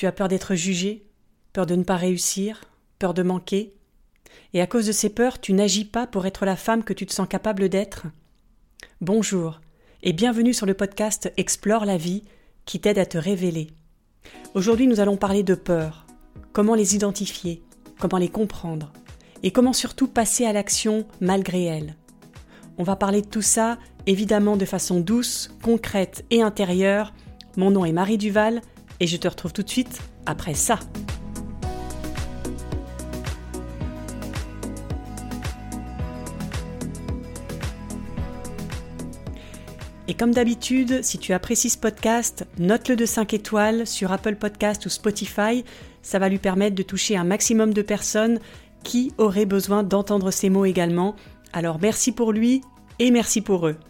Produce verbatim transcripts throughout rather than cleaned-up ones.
Tu as peur d'être jugé, peur de ne pas réussir, peur de manquer. Et à cause de ces peurs, tu n'agis pas pour être la femme que tu te sens capable d'être. Bonjour et bienvenue sur le podcast Explore la vie qui t'aide à te révéler. Aujourd'hui, nous allons parler de peurs, comment les identifier, comment les comprendre et comment surtout passer à l'action malgré elles. On va parler de tout ça, évidemment de façon douce, concrète et intérieure. Mon nom est Marie Duval et je te retrouve tout de suite après ça. Et comme d'habitude, si tu apprécies ce podcast, note-le de cinq étoiles sur Apple Podcast ou Spotify. Ça va lui permettre de toucher un maximum de personnes qui auraient besoin d'entendre ces mots également. Alors merci pour lui et merci pour eux.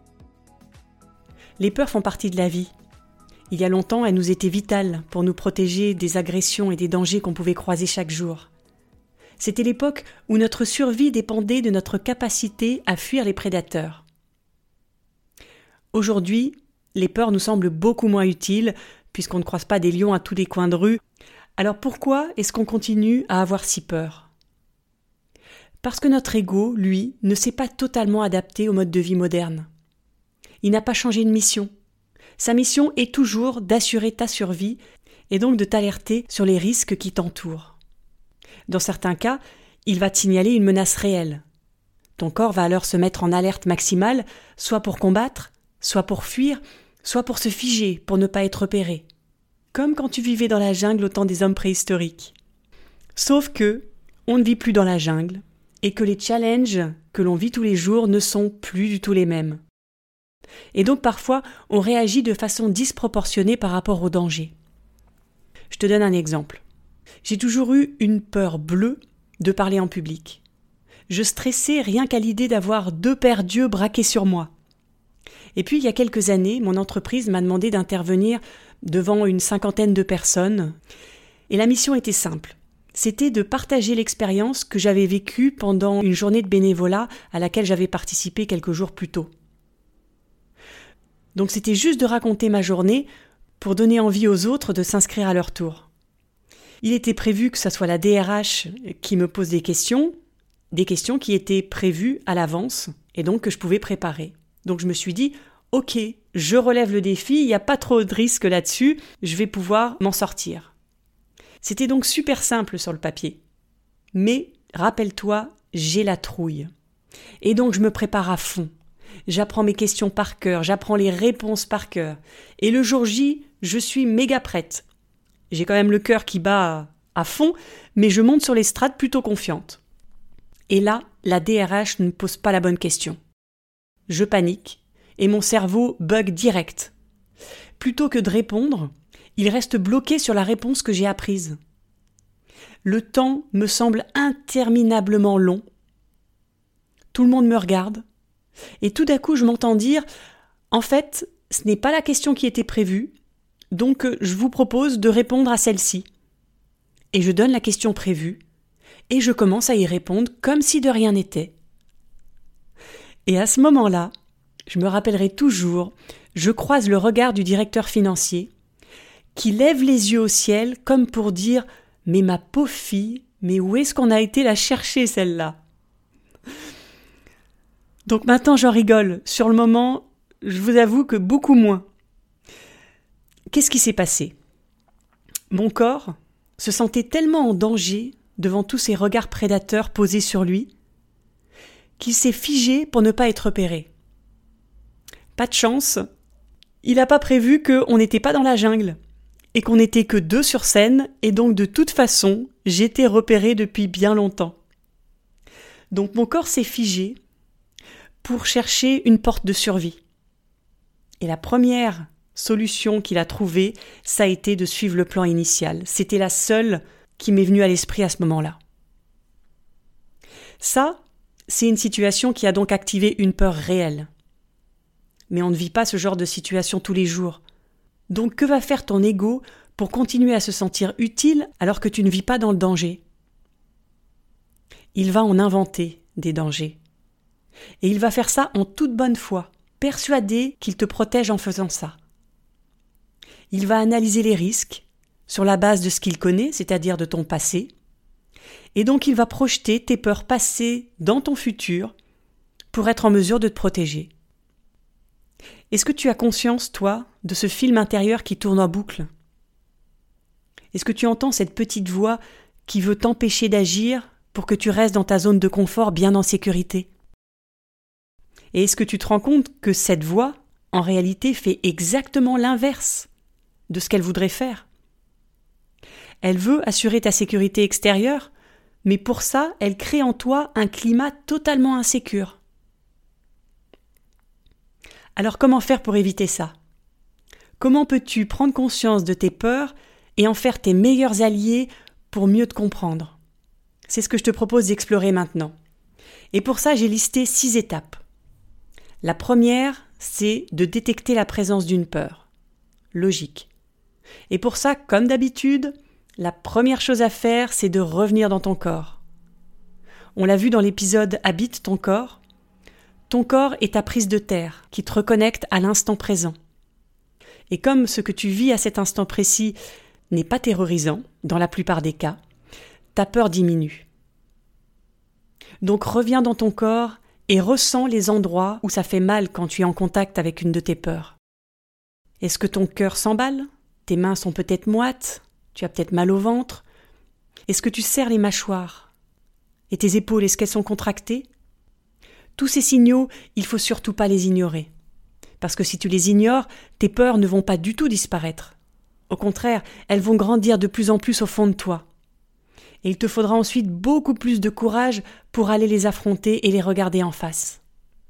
Les peurs font partie de la vie. Il y a longtemps, elles nous étaient vitales pour nous protéger des agressions et des dangers qu'on pouvait croiser chaque jour. C'était l'époque où notre survie dépendait de notre capacité à fuir les prédateurs. Aujourd'hui, les peurs nous semblent beaucoup moins utiles puisqu'on ne croise pas des lions à tous les coins de rue. Alors pourquoi est-ce qu'on continue à avoir si peur ? Parce que notre ego, lui, ne s'est pas totalement adapté au mode de vie moderne. Il n'a pas changé de mission. Sa mission est toujours d'assurer ta survie et donc de t'alerter sur les risques qui t'entourent. Dans certains cas, il va te signaler une menace réelle. Ton corps va alors se mettre en alerte maximale, soit pour combattre, soit pour fuir, soit pour se figer, pour ne pas être repéré. Comme quand tu vivais dans la jungle au temps des hommes préhistoriques. Sauf que, on ne vit plus dans la jungle, et que les challenges que l'on vit tous les jours ne sont plus du tout les mêmes. Et donc parfois, on réagit de façon disproportionnée par rapport au danger. Je te donne un exemple. J'ai toujours eu une peur bleue de parler en public. Je stressais rien qu'à l'idée d'avoir deux paires d'yeux braqués sur moi. Et puis, il y a quelques années, mon entreprise m'a demandé d'intervenir devant une cinquantaine de personnes. Et la mission était simple. C'était de partager l'expérience que j'avais vécue pendant une journée de bénévolat à laquelle j'avais participé quelques jours plus tôt. Donc c'était juste de raconter ma journée pour donner envie aux autres de s'inscrire à leur tour. Il était prévu que ce soit la D R H qui me pose des questions, des questions qui étaient prévues à l'avance et donc que je pouvais préparer. Donc je me suis dit, ok, je relève le défi, il n'y a pas trop de risques là-dessus, je vais pouvoir m'en sortir. C'était donc super simple sur le papier. Mais, rappelle-toi, j'ai la trouille. Et donc je me prépare à fond. J'apprends mes questions par cœur, j'apprends les réponses par cœur. Et le jour J, je suis méga prête. J'ai quand même le cœur qui bat à fond, mais je monte sur l'estrade plutôt confiante. Et là, la D R H ne me pose pas la bonne question. Je panique et mon cerveau bug direct. Plutôt que de répondre, il reste bloqué sur la réponse que j'ai apprise. Le temps me semble interminablement long. Tout le monde me regarde. Et tout d'un coup, je m'entends dire « En fait, ce n'est pas la question qui était prévue, donc je vous propose de répondre à celle-ci. » Et je donne la question prévue, et je commence à y répondre comme si de rien n'était. Et à ce moment-là, je me rappellerai toujours, je croise le regard du directeur financier qui lève les yeux au ciel comme pour dire « Mais ma pauvre fille, mais où est-ce qu'on a été la chercher celle-là ?» Donc maintenant j'en rigole. Sur le moment, je vous avoue que beaucoup moins. Qu'est-ce qui s'est passé ? Mon corps se sentait tellement en danger devant tous ces regards prédateurs posés sur lui qu'il s'est figé pour ne pas être repéré. Pas de chance, il n'a pas prévu qu'on n'était pas dans la jungle et qu'on n'était que deux sur scène et donc de toute façon, j'étais repérée depuis bien longtemps. Donc mon corps s'est figé pour chercher une porte de survie. Et la première solution qu'il a trouvée, ça a été de suivre le plan initial. C'était la seule qui m'est venue à l'esprit à ce moment-là. Ça, c'est une situation qui a donc activé une peur réelle. Mais on ne vit pas ce genre de situation tous les jours. Donc que va faire ton ego pour continuer à se sentir utile alors que tu ne vis pas dans le danger ? Il va en inventer des dangers. Et il va faire ça en toute bonne foi, persuadé qu'il te protège en faisant ça. Il va analyser les risques, sur la base de ce qu'il connaît, c'est-à-dire de ton passé, et donc il va projeter tes peurs passées dans ton futur pour être en mesure de te protéger. Est-ce que tu as conscience, toi, de ce film intérieur qui tourne en boucle ? Est-ce que tu entends cette petite voix qui veut t'empêcher d'agir pour que tu restes dans ta zone de confort bien en sécurité ? Et est-ce que tu te rends compte que cette voix, en réalité, fait exactement l'inverse de ce qu'elle voudrait faire ? Elle veut assurer ta sécurité extérieure, mais pour ça, elle crée en toi un climat totalement insécure. Alors comment faire pour éviter ça ? Comment peux-tu prendre conscience de tes peurs et en faire tes meilleurs alliés pour mieux te comprendre ? C'est ce que je te propose d'explorer maintenant. Et pour ça, j'ai listé six étapes. La première, c'est de détecter la présence d'une peur. Logique. Et pour ça, comme d'habitude, la première chose à faire, c'est de revenir dans ton corps. On l'a vu dans l'épisode « Habite ton corps ». Ton corps est ta prise de terre qui te reconnecte à l'instant présent. Et comme ce que tu vis à cet instant précis n'est pas terrorisant, dans la plupart des cas, ta peur diminue. Donc reviens dans ton corps et ressens les endroits où ça fait mal quand tu es en contact avec une de tes peurs. Est-ce que ton cœur s'emballe ? Tes mains sont peut-être moites ? Tu as peut-être mal au ventre ? Est-ce que tu serres les mâchoires ? Et tes épaules, est-ce qu'elles sont contractées ? Tous ces signaux, il ne faut surtout pas les ignorer. Parce que si tu les ignores, tes peurs ne vont pas du tout disparaître. Au contraire, elles vont grandir de plus en plus au fond de toi. Et il te faudra ensuite beaucoup plus de courage pour aller les affronter et les regarder en face.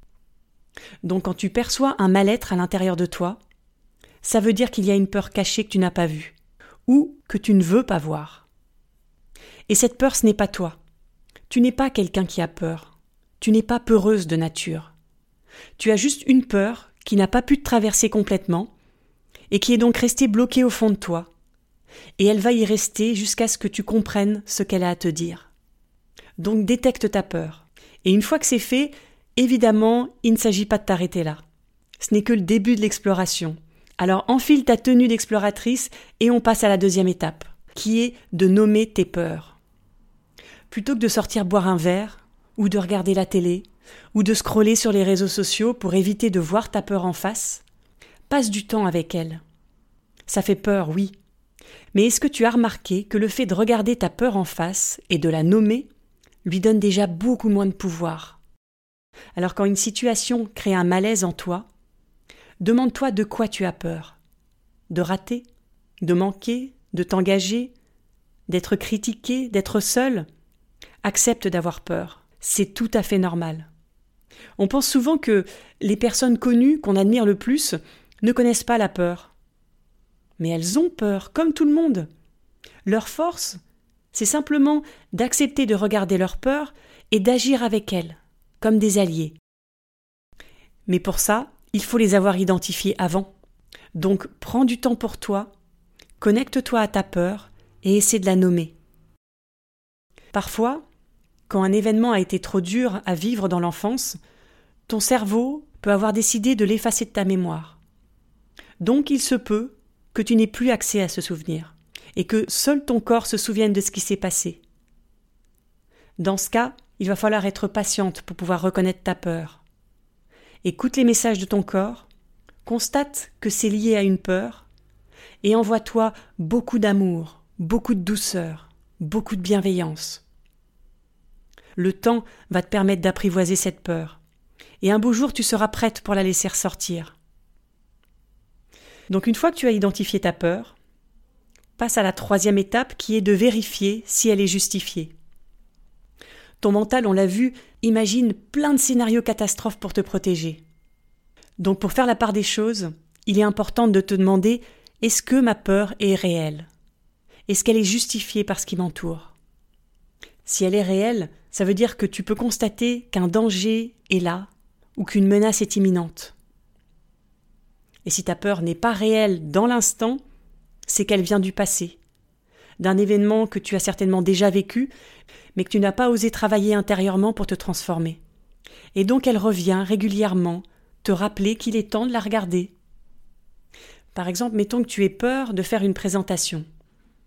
Donc quand tu perçois un mal-être à l'intérieur de toi, ça veut dire qu'il y a une peur cachée que tu n'as pas vue, ou que tu ne veux pas voir. Et cette peur, ce n'est pas toi. Tu n'es pas quelqu'un qui a peur. Tu n'es pas peureuse de nature. Tu as juste une peur qui n'a pas pu te traverser complètement et qui est donc restée bloquée au fond de toi. Et elle va y rester jusqu'à ce que tu comprennes ce qu'elle a à te dire. Donc détecte ta peur. Et une fois que c'est fait, évidemment, il ne s'agit pas de t'arrêter là. Ce n'est que le début de l'exploration. Alors enfile ta tenue d'exploratrice et on passe à la deuxième étape, qui est de nommer tes peurs. Plutôt que de sortir boire un verre, ou de regarder la télé, ou de scroller sur les réseaux sociaux pour éviter de voir ta peur en face, passe du temps avec elle. Ça fait peur, oui. Mais est-ce que tu as remarqué que le fait de regarder ta peur en face et de la nommer lui donne déjà beaucoup moins de pouvoir ? Alors quand une situation crée un malaise en toi, demande-toi de quoi tu as peur. De rater ? De manquer ? De t'engager ? D'être critiqué ? D'être seul ? Accepte d'avoir peur. C'est tout à fait normal. On pense souvent que les personnes connues qu'on admire le plus ne connaissent pas la peur. Mais elles ont peur, comme tout le monde. Leur force, c'est simplement d'accepter de regarder leur peur et d'agir avec elles, comme des alliés. Mais pour ça, il faut les avoir identifiées avant. Donc prends du temps pour toi, connecte-toi à ta peur et essaie de la nommer. Parfois, quand un événement a été trop dur à vivre dans l'enfance, ton cerveau peut avoir décidé de l'effacer de ta mémoire. Donc il se peut que tu n'aies plus accès à ce souvenir et que seul ton corps se souvienne de ce qui s'est passé. Dans ce cas, il va falloir être patiente pour pouvoir reconnaître ta peur. Écoute les messages de ton corps, constate que c'est lié à une peur et envoie-toi beaucoup d'amour, beaucoup de douceur, beaucoup de bienveillance. Le temps va te permettre d'apprivoiser cette peur. Et un beau jour, tu seras prête pour la laisser ressortir. Donc une fois que tu as identifié ta peur, passe à la troisième étape qui est de vérifier si elle est justifiée. Ton mental, on l'a vu, imagine plein de scénarios catastrophes pour te protéger. Donc pour faire la part des choses, il est important de te demander « Est-ce que ma peur est réelle ? Est-ce qu'elle est justifiée par ce qui m'entoure ?» Si elle est réelle, ça veut dire que tu peux constater qu'un danger est là ou qu'une menace est imminente. Et si ta peur n'est pas réelle dans l'instant, c'est qu'elle vient du passé, d'un événement que tu as certainement déjà vécu, mais que tu n'as pas osé travailler intérieurement pour te transformer. Et donc elle revient régulièrement te rappeler qu'il est temps de la regarder. Par exemple, mettons que tu aies peur de faire une présentation.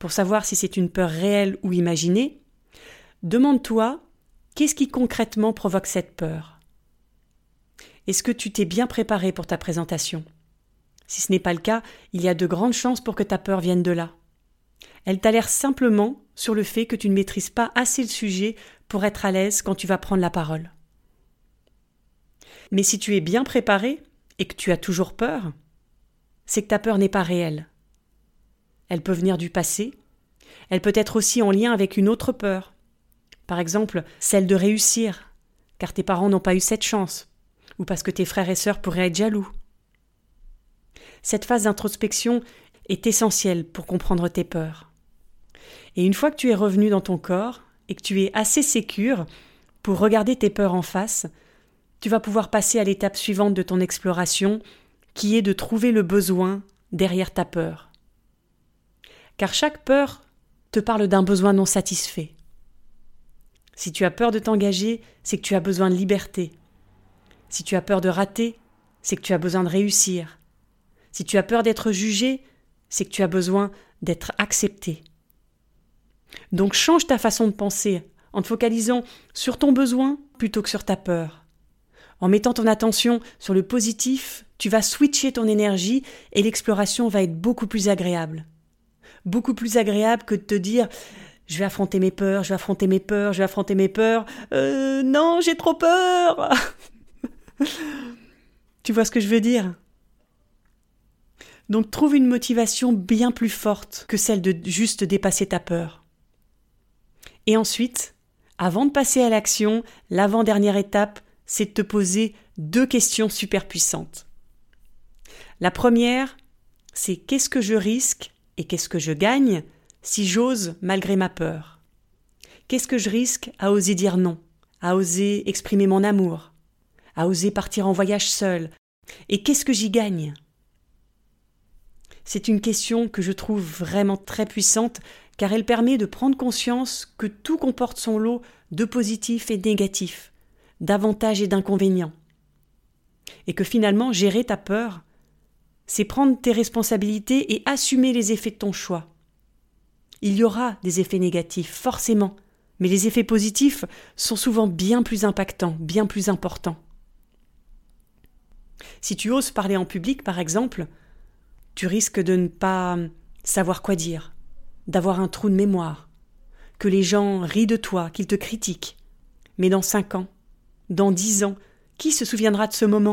pour savoir si c'est une peur réelle ou imaginée, demande-toi qu'est-ce qui concrètement provoque cette peur. Est-ce que tu t'es bien préparé pour ta présentation ? Si ce n'est pas le cas, il y a de grandes chances pour que ta peur vienne de là. Elle t'alerte simplement sur le fait que tu ne maîtrises pas assez le sujet pour être à l'aise quand tu vas prendre la parole. Mais si tu es bien préparé et que tu as toujours peur, c'est que ta peur n'est pas réelle. Elle peut venir du passé, elle peut être aussi en lien avec une autre peur. Par exemple, celle de réussir, car tes parents n'ont pas eu cette chance, ou parce que tes frères et sœurs pourraient être jaloux. Cette phase d'introspection est essentielle pour comprendre tes peurs. Et une fois que tu es revenu dans ton corps et que tu es assez sécure pour regarder tes peurs en face, tu vas pouvoir passer à l'étape suivante de ton exploration, qui est de trouver le besoin derrière ta peur. Car chaque peur te parle d'un besoin non satisfait. Si tu as peur de t'engager, c'est que tu as besoin de liberté. Si tu as peur de rater, c'est que tu as besoin de réussir. Si tu as peur d'être jugé, c'est que tu as besoin d'être accepté. Donc change ta façon de penser en te focalisant sur ton besoin plutôt que sur ta peur. En mettant ton attention sur le positif, tu vas switcher ton énergie et l'exploration va être beaucoup plus agréable. Beaucoup plus agréable que de te dire « je vais affronter mes peurs, je vais affronter mes peurs, je vais affronter mes peurs, euh, non, j'ai trop peur !» Tu vois ce que je veux dire ? Donc trouve une motivation bien plus forte que celle de juste dépasser ta peur. Et ensuite, avant de passer à l'action, l'avant-dernière étape, c'est de te poser deux questions super puissantes. La première, c'est qu'est-ce que je risque et qu'est-ce que je gagne si j'ose malgré ma peur ? Qu'est-ce que je risque à oser dire non, à oser exprimer mon amour, à oser partir en voyage seul ? Et qu'est-ce que j'y gagne ? C'est une question que je trouve vraiment très puissante car elle permet de prendre conscience que tout comporte son lot de positifs et de négatifs, d'avantages et d'inconvénients. Et que finalement, gérer ta peur, c'est prendre tes responsabilités et assumer les effets de ton choix. Il y aura des effets négatifs, forcément, mais les effets positifs sont souvent bien plus impactants, bien plus importants. Si tu oses parler en public, par exemple, tu risques de ne pas savoir quoi dire, d'avoir un trou de mémoire, que les gens rient de toi, qu'ils te critiquent. Mais dans cinq ans, dans dix ans, qui se souviendra de ce moment ?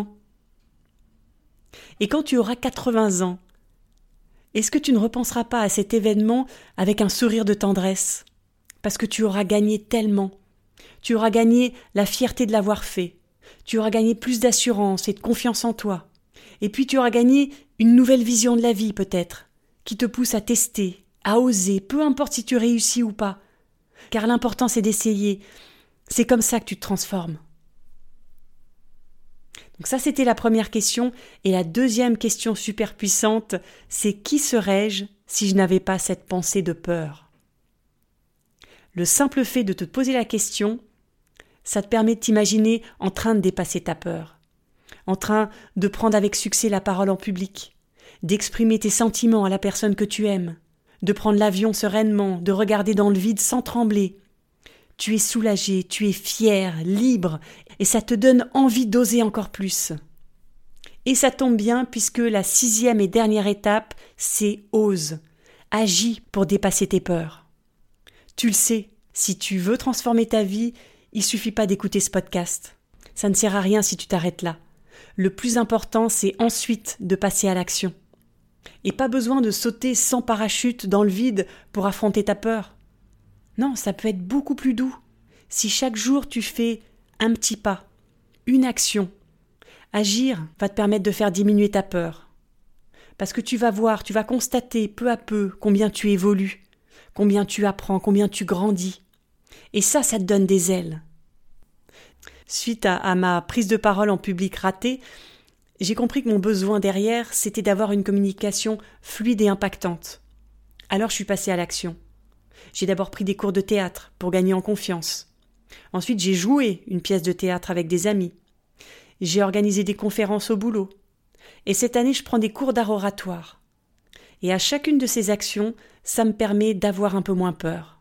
Et quand tu auras quatre-vingts ans, est-ce que tu ne repenseras pas à cet événement avec un sourire de tendresse ? Parce que tu auras gagné tellement. Tu auras gagné la fierté de l'avoir fait. Tu auras gagné plus d'assurance et de confiance en toi. Et puis tu auras gagné une nouvelle vision de la vie peut-être, qui te pousse à tester, à oser, peu importe si tu réussis ou pas. Car l'important c'est d'essayer. C'est comme ça que tu te transformes. Donc ça c'était la première question. Et la deuxième question super puissante, c'est qui serais-je si je n'avais pas cette pensée de peur ? Le simple fait de te poser la question, ça te permet de t'imaginer en train de dépasser ta peur, en train de prendre avec succès la parole en public, d'exprimer tes sentiments à la personne que tu aimes, de prendre l'avion sereinement, de regarder dans le vide sans trembler. Tu es soulagé, tu es fier, libre, et ça te donne envie d'oser encore plus. Et ça tombe bien puisque la sixième et dernière étape, c'est ose. Agis pour dépasser tes peurs. Tu le sais, si tu veux transformer ta vie, il suffit pas d'écouter ce podcast. Ça ne sert à rien si tu t'arrêtes là. Le plus important, c'est ensuite de passer à l'action. Et pas besoin de sauter sans parachute dans le vide pour affronter ta peur. Non, ça peut être beaucoup plus doux. Si chaque jour tu fais un petit pas, une action, agir va te permettre de faire diminuer ta peur. Parce que tu vas voir, tu vas constater peu à peu combien tu évolues, combien tu apprends, combien tu grandis. Et ça, ça te donne des ailes. Suite à, à ma prise de parole en public ratée, j'ai compris que mon besoin derrière, c'était d'avoir une communication fluide et impactante. Alors je suis passée à l'action. J'ai d'abord pris des cours de théâtre pour gagner en confiance. Ensuite, j'ai joué une pièce de théâtre avec des amis. J'ai organisé des conférences au boulot. Et cette année, je prends des cours d'art oratoire. Et à chacune de ces actions, ça me permet d'avoir un peu moins peur.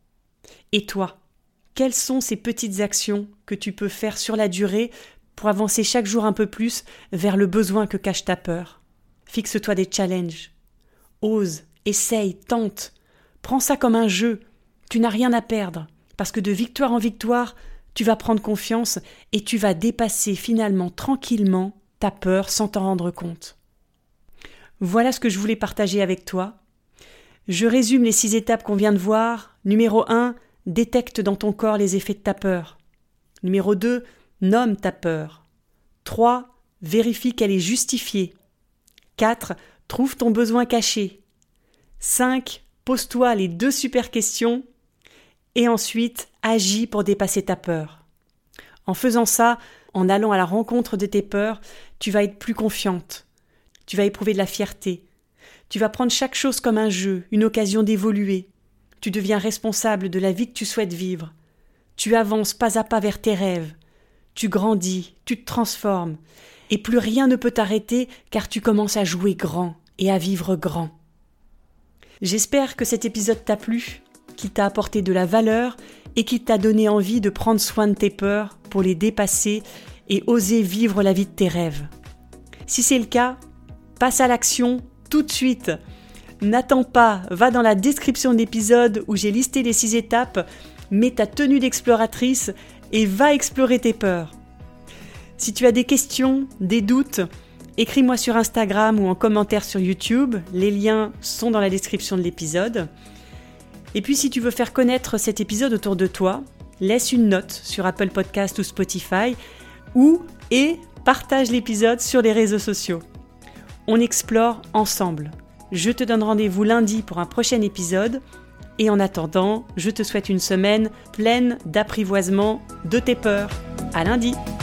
Et toi, quelles sont ces petites actions que tu peux faire sur la durée pour avancer chaque jour un peu plus vers le besoin que cache ta peur? Fixe-toi des challenges. Ose, essaye, tente. Prends ça comme un jeu. Tu n'as rien à perdre, parce que de victoire en victoire, tu vas prendre confiance et tu vas dépasser finalement tranquillement ta peur sans t'en rendre compte. Voilà ce que je voulais partager avec toi. Je résume les six étapes qu'on vient de voir. Numéro un, détecte dans ton corps les effets de ta peur. Numéro deux, nomme ta peur. trois, vérifie qu'elle est justifiée. quatre, trouve ton besoin caché. cinq, pose-toi les deux super questions. Et ensuite, agis pour dépasser ta peur. En faisant ça, en allant à la rencontre de tes peurs, tu vas être plus confiante. Tu vas éprouver de la fierté. Tu vas prendre chaque chose comme un jeu, une occasion d'évoluer. Tu deviens responsable de la vie que tu souhaites vivre. Tu avances pas à pas vers tes rêves. Tu grandis, tu te transformes. Et plus rien ne peut t'arrêter car tu commences à jouer grand et à vivre grand. J'espère que cet épisode t'a plu, qu'il t'a apporté de la valeur et qu'il t'a donné envie de prendre soin de tes peurs pour les dépasser et oser vivre la vie de tes rêves. Si c'est le cas, passe à l'action tout de suite. N'attends pas, va dans la description de l'épisode où j'ai listé les six étapes, mets ta tenue d'exploratrice et va explorer tes peurs. Si tu as des questions, des doutes, écris-moi sur Instagram ou en commentaire sur YouTube, les liens sont dans la description de l'épisode. Et puis si tu veux faire connaître cet épisode autour de toi, laisse une note sur Apple Podcast ou Spotify ou et partage l'épisode sur les réseaux sociaux. On explore ensemble. Je te donne rendez-vous lundi pour un prochain épisode et en attendant, je te souhaite une semaine pleine d'apprivoisement de tes peurs. À lundi!